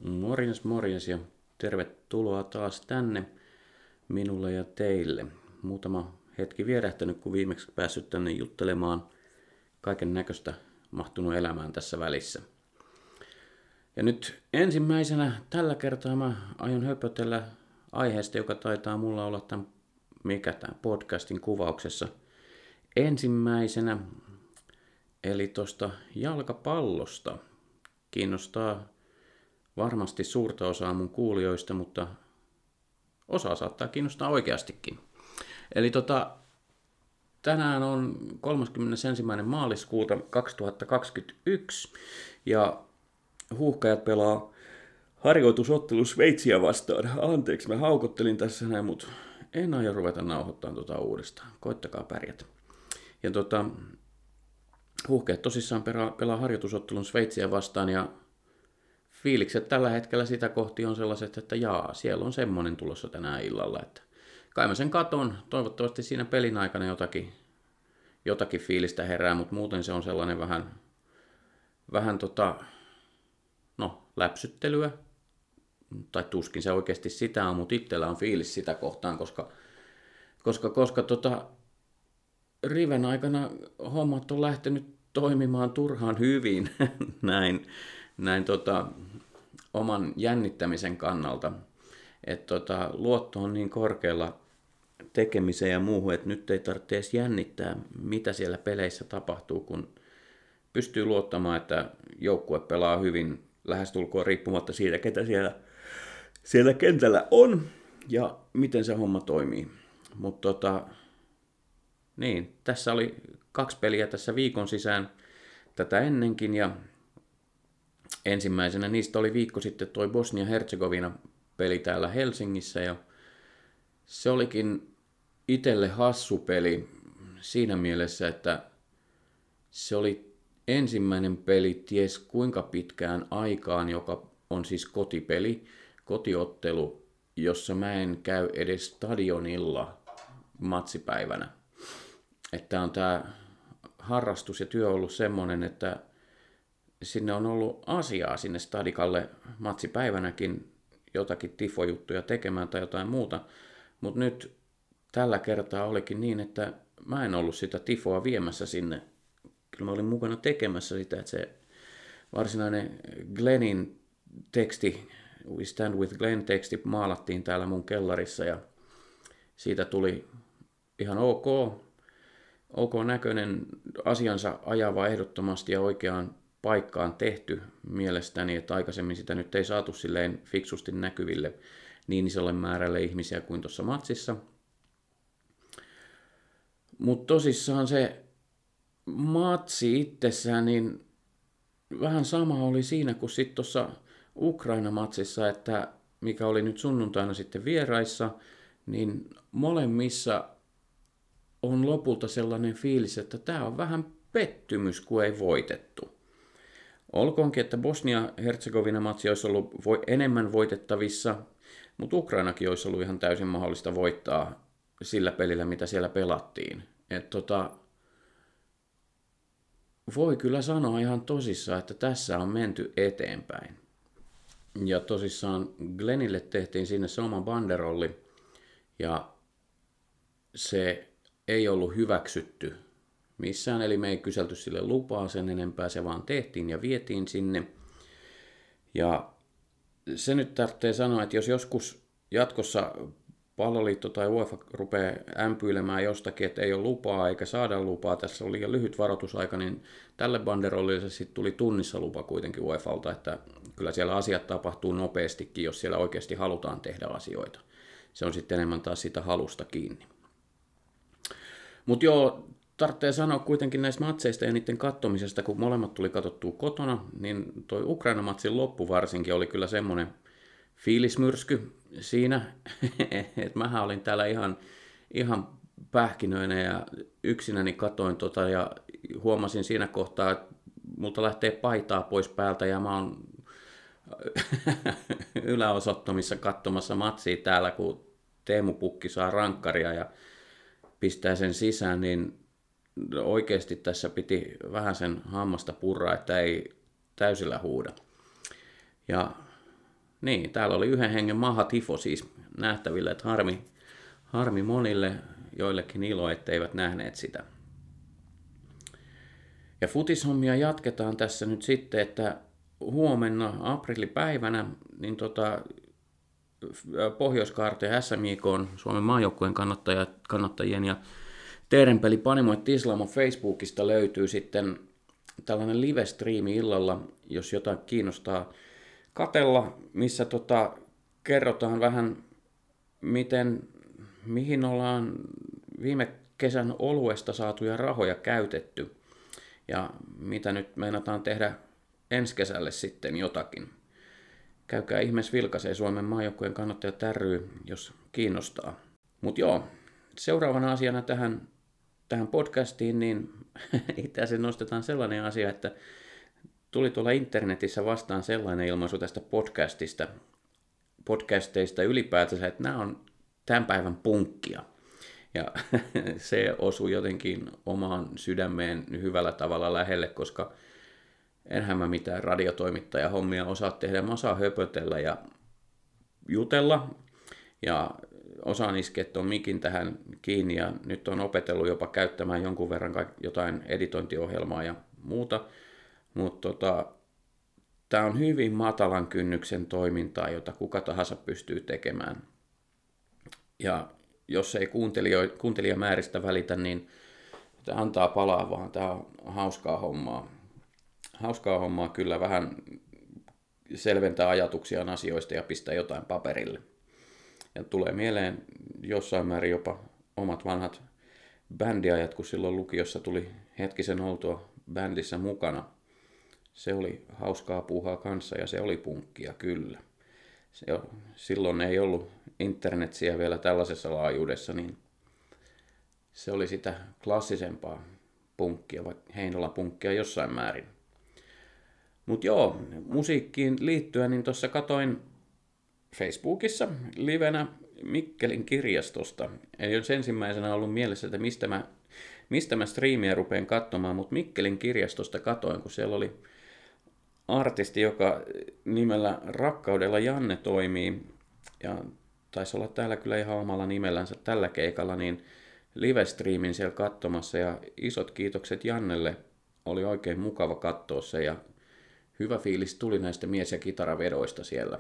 Morjens, morjens ja tervetuloa taas tänne minulle ja teille. Muutama hetki vierähtänyt, kun viimeksi päässyt tänne juttelemaan. Kaiken näköistä mahtunut elämään tässä välissä. Ja nyt ensimmäisenä tällä kertaa mä aion höpötellä aiheesta, joka taitaa mulla olla tämän podcastin kuvauksessa ensimmäisenä. Eli tuosta jalkapallosta. Kiinnostaa varmasti suurta osaa mun kuulijoista, mutta osa saattaa kiinnostaa oikeastikin. Eli tänään on 31. maaliskuuta 2021 ja Huuhkajat pelaa harjoitusottelu Sveitsiä vastaan. Anteeksi, mä haukottelin tässä näin, mutta en aio ruveta nauhoittamaan uudestaan. Koittakaa pärjätä. Ja Huuhkajat tosissaan pelaa harjoitusottelun Sveitsiä vastaan ja fiilikset tällä hetkellä sitä kohti on sellaiset, että siellä on semmoinen tulossa tänään illalla, että kai mä sen katon, toivottavasti siinä pelin aikana jotakin fiilistä herää, mutta muuten se on sellainen vähän läpsyttelyä, tai tuskin se oikeasti sitä on, mutta itsellä on fiilis sitä kohtaan, koska riven aikana hommat on lähtenyt toimimaan turhaan hyvin, näin oman jännittämisen kannalta, että luotto on niin korkealla tekemiseen ja muuhun, että nyt ei tarvitse edes jännittää, mitä siellä peleissä tapahtuu, kun pystyy luottamaan, että joukkue pelaa hyvin lähestulkoon riippumatta siitä, ketä siellä kentällä on ja miten se homma toimii. Mutta niin, tässä oli 2 peliä tässä viikon sisään tätä ennenkin ja ensimmäisenä niistä oli viikko sitten tuo Bosnia-Herzegovina peli täällä Helsingissä ja se olikin itselle hassu peli siinä mielessä, että se oli ensimmäinen peli ties kuinka pitkään aikaan, joka on siis kotipeli, kotiottelu, jossa mä en käy edes stadionilla matsipäivänä. Että on tää harrastus ja työ ollut semmonen, että sinne on ollut asiaa sinne stadikalle matsipäivänäkin jotakin tifojuttuja tekemään tai jotain muuta, mutta nyt tällä kertaa olikin niin, että mä en ollut sitä tifoa viemässä sinne. Kyllä mä olin mukana tekemässä sitä, että se varsinainen Glennin teksti, We Stand With Glenn teksti maalattiin täällä mun kellarissa ja siitä tuli ihan ok näköinen asiansa ajava ehdottomasti ja oikeaan paikkaan tehty mielestäni, että aikaisemmin sitä nyt ei saatu silleen fiksusti näkyville niin isolle määrälle ihmisiä kuin tuossa matsissa. Mutta tosissaan se matsi itsessään, niin vähän sama oli siinä kuin sitten tuossa Ukraina-matsissa, että mikä oli nyt sunnuntaina sitten vieraissa, niin molemmissa on lopulta sellainen fiilis, että tämä on vähän pettymys, kun ei voitettu. Olkoonkin, että Bosnia-Herzegovina-matsi olisi ollut enemmän voitettavissa, mutta Ukrainakin olisi ollut ihan täysin mahdollista voittaa sillä pelillä, mitä siellä pelattiin. Voi kyllä sanoa ihan tosissaan, että tässä on menty eteenpäin. Ja tosissaan Glennille tehtiin sinne se oma banderolli, ja se ei ollut hyväksytty missään, eli me ei kyselty sille lupaa sen enempää, se vaan tehtiin ja vietiin sinne. Ja se nyt tarvitsee sanoa, että jos joskus jatkossa palloliitto tai UEFA rupeaa ämpyilemään jostakin, että ei ole lupaa eikä saada lupaa, tässä oli liian lyhyt varoitusaika, niin tälle banderollille sitten tuli tunnissa lupa kuitenkin UEFalta, että kyllä siellä asiat tapahtuu nopeastikin, jos siellä oikeasti halutaan tehdä asioita. Se on sitten enemmän taas siitä halusta kiinni. Mutta joo, tarvitsee sanoa kuitenkin näistä matseista ja niiden kattomisesta, kun molemmat tuli katsottua kotona, niin toi Ukraina-matsin loppu varsinkin oli kyllä semmoinen fiilismyrsky siinä, että mähän olin täällä ihan pähkinöinen ja yksinäni katoin ja huomasin siinä kohtaa, että multa lähtee paitaa pois päältä ja mä oon yläosattomissa katsomassa matsia täällä, kun Teemu Pukki saa rankkaria ja pistää sen sisään, niin oikeasti tässä piti vähän sen hammasta purraa, että ei täysillä huuda. Ja Niin, täällä oli yhden hengen mahatifo siis nähtävillä, että harmi monille, joillekin ilo, etteivät nähneet sitä. Ja futishommia jatketaan tässä nyt sitten, että huomenna aprillipäivänä niin Pohjois-Kaarto ja SMJK on Suomen maajoukkueen kannattajien ja Teerenpeli Panimo Tislamo Facebookista löytyy sitten tällainen live-striimi illalla, jos jotain kiinnostaa katella, missä kerrotaan vähän, mihin ollaan viime kesän oluesta saatuja rahoja käytetty ja mitä nyt meinataan tehdä ensi kesälle sitten jotakin. Käykää ihmeessä vilkaisee Suomen maajoukkueen kannattajat ry, jos kiinnostaa. Mutta joo, seuraavana asiana tähän podcastiin, niin itse asiassa nostetaan sellainen asia, että tuli tuolla internetissä vastaan sellainen ilmaisu tästä podcasteista ylipäätänsä, että nämä on tämän päivän punkkia. Ja se osui jotenkin omaan sydämeen hyvällä tavalla lähelle, koska enhän mä mitään radiotoimittajahommia osaa tehdä. Mä osaan höpötellä ja jutella ja osaan iskeä tuon mikin tähän kiinni ja nyt on opetellut jopa käyttämään jonkun verran jotain editointiohjelmaa ja muuta. Mutta tämä on hyvin matalan kynnyksen toimintaa, jota kuka tahansa pystyy tekemään. Ja jos ei kuuntelijamääristä välitä, niin tämä antaa palaa vaan. Tämä on hauskaa hommaa. Hauskaa hommaa kyllä vähän selventää ajatuksiaan asioista ja pistää jotain paperille. Ja tulee mieleen jossain määrin jopa omat vanhat bändiajat, kun silloin lukiossa tuli hetkisen oltua bändissä mukana. Se oli hauskaa puuhaa kanssa ja se oli punkkia kyllä. Silloin ei ollut internetsiä vielä tällaisessa laajuudessa, niin se oli sitä klassisempaa punkkia, vaikka Heinolan punkkia jossain määrin. Mutta joo, musiikkiin liittyen, niin tuossa katoin Facebookissa livenä Mikkelin kirjastosta. Ei olisi ensimmäisenä ollut mielessä, että mistä mä striimiä rupean katsomaan, mutta Mikkelin kirjastosta katoin, kun siellä oli artisti, joka nimellä Rakkaudella Janne toimii, ja taisi olla täällä kyllä ihan omalla nimellänsä tällä keikalla, niin live-striimin siellä katsomassa, ja isot kiitokset Jannelle, oli oikein mukava katsoa se, ja hyvä fiilis tuli näistä mies- ja kitaravedoista siellä.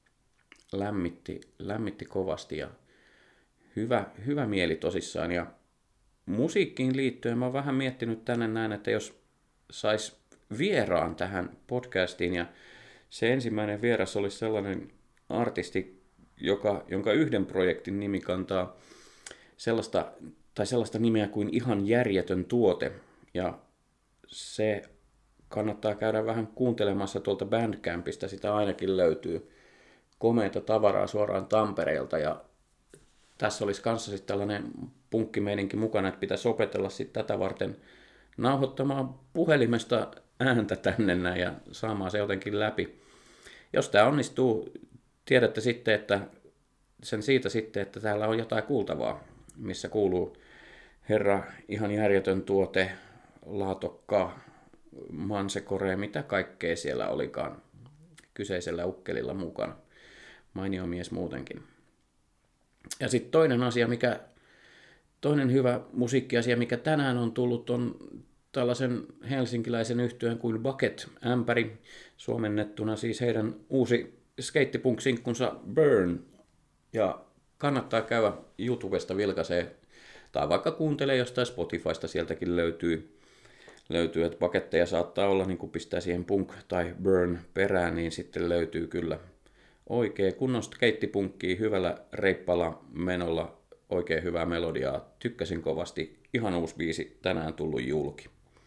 Lämmitti kovasti, ja hyvä mieli tosissaan, ja musiikkiin liittyen mä oon vähän miettinyt tänne näin, että jos sais vieraan tähän podcastiin, ja se ensimmäinen vieras olisi sellainen artisti, jonka yhden projektin nimi kantaa sellaista nimeä kuin Ihan järjetön tuote, ja se kannattaa käydä vähän kuuntelemassa tuolta Bandcampista, sitä ainakin löytyy komeita tavaraa suoraan Tampereelta, ja tässä olisi kanssa sitten tällainen punkkimeininki mukana, että pitäisi opetella sitten tätä varten nauhoittamaan puhelimesta ääntä tänne näin ja saamaan se jotenkin läpi. Jos tämä onnistuu, tiedätte sitten, että että täällä on jotain kuultavaa, missä kuuluu Herra Ihan järjetön tuote, Laatokka, Mansekore, mitä kaikkea siellä olikaan kyseisellä ukkelilla mukana. Mainio mies muutenkin. Ja sitten toinen hyvä musiikkiasia, mikä tänään on tullut, on tällaisen helsinkiläisen yhtyeen kuin Bucket Ämpäri, suomennettuna siis heidän uusi skeittipunk-sinkkunsa Burn. Ja kannattaa käydä YouTubesta vilkaisee, tai vaikka kuuntelee jostain Spotifysta, sieltäkin löytyy, että paketteja saattaa olla, niin kun pistää siihen punk tai burn perään, niin sitten löytyy kyllä oikein kunnon skeittipunkkia, hyvällä reippalla menolla, oikein hyvää melodiaa. Tykkäsin kovasti, ihan uusi biisi, tänään tullut julki.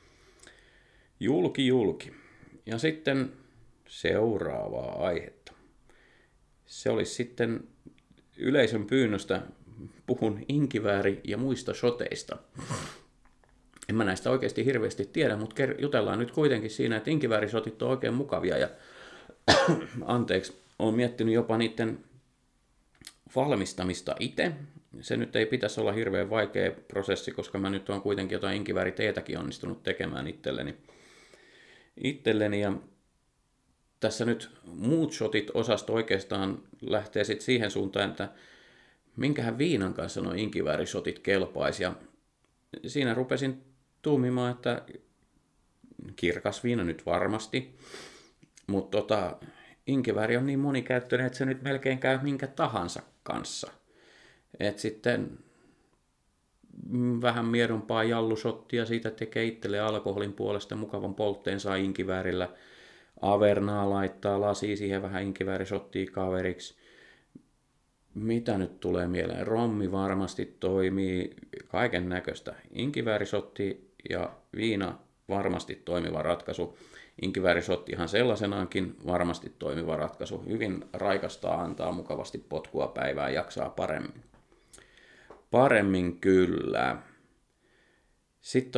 Julki. Ja sitten seuraavaa aihetta. Se olisi sitten yleisön pyynnöstä, puhun inkivääri- ja muista shoteista. En mä näistä oikeasti hirveästi tiedä, mutta jutellaan nyt kuitenkin siinä, että inkiväärisotit on oikein mukavia. Ja anteeksi, olen miettinyt jopa niiden valmistamista itse. Se nyt ei pitäisi olla hirveän vaikea prosessi, koska mä nyt olen kuitenkin jotain inkivääriteetäkin onnistunut tekemään itselleni. Ja tässä nyt muut shotit-osasto oikeastaan lähtee sitten siihen suuntaan, että minkähän viinan kanssa nuo inkiväärishotit kelpaisi. Ja siinä rupesin tuumimaan, että kirkas viina nyt varmasti, mutta inkivääri on niin monikäyttöinen, että se nyt melkein käy minkä tahansa kanssa. Et sitten vähän miedompaa jallusottia, siitä tekee itselle alkoholin puolesta mukavan poltteen, saa inkiväärillä. Avernaa laittaa lasi siihen vähän inkiväärisottia kaveriksi. Mitä nyt tulee mieleen? Rommi varmasti toimii, kaiken näköistä. Inkiväärisotti ja viina varmasti toimiva ratkaisu. Inkiväärisottihan sellaisenaankin varmasti toimiva ratkaisu. Hyvin raikastaa, antaa mukavasti potkua päivään, jaksaa paremmin. Paremmin kyllä. Sitten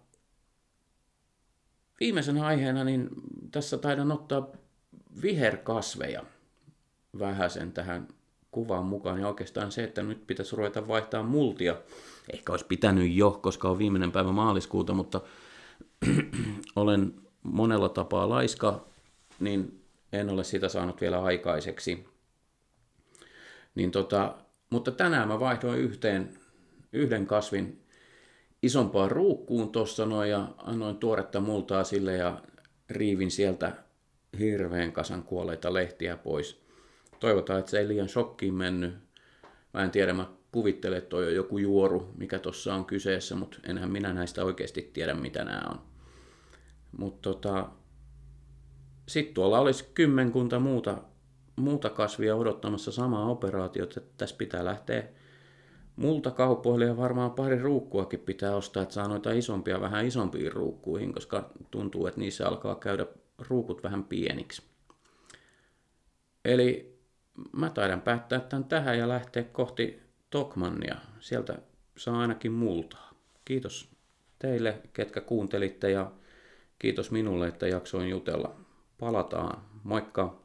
viimeisenä aiheena, niin tässä taidan ottaa viherkasveja vähäsen tähän kuvaan mukaan. Ja oikeastaan se, että nyt pitäisi ruveta vaihtaa multia. Ehkä olisi pitänyt jo, koska on viimeinen päivä maaliskuuta, mutta olen monella tapaa laiska, niin en ole sitä saanut vielä aikaiseksi. Niin mutta tänään mä vaihdoin yhden kasvin isompaan ruukkuun tuossa noin ja annoin tuoretta multaa sille ja riivin sieltä hirveän kasan kuolleita lehtiä pois. Toivotaan, että se ei liian shokkiin mennyt. Mä en tiedä, mä kuvittelen, että toi on joku juoru, mikä tuossa on kyseessä, mutta enhän minä näistä oikeasti tiedä, mitä nämä on. Mutta sitten tuolla olisi kymmenkunta muuta kasvia odottamassa samaa operaatiota, että tässä pitää lähteä multakaupoille ja varmaan pari ruukkuakin pitää ostaa, että saa noita isompia vähän isompiin ruukkuihin, koska tuntuu, että niissä alkaa käydä ruukut vähän pieniksi. Eli mä taidan päättää tämän tähän ja lähteä kohti Tokmannia. Sieltä saa ainakin multaa. Kiitos teille, ketkä kuuntelitte ja kiitos minulle, että jaksoin jutella. Palataan. Moikka!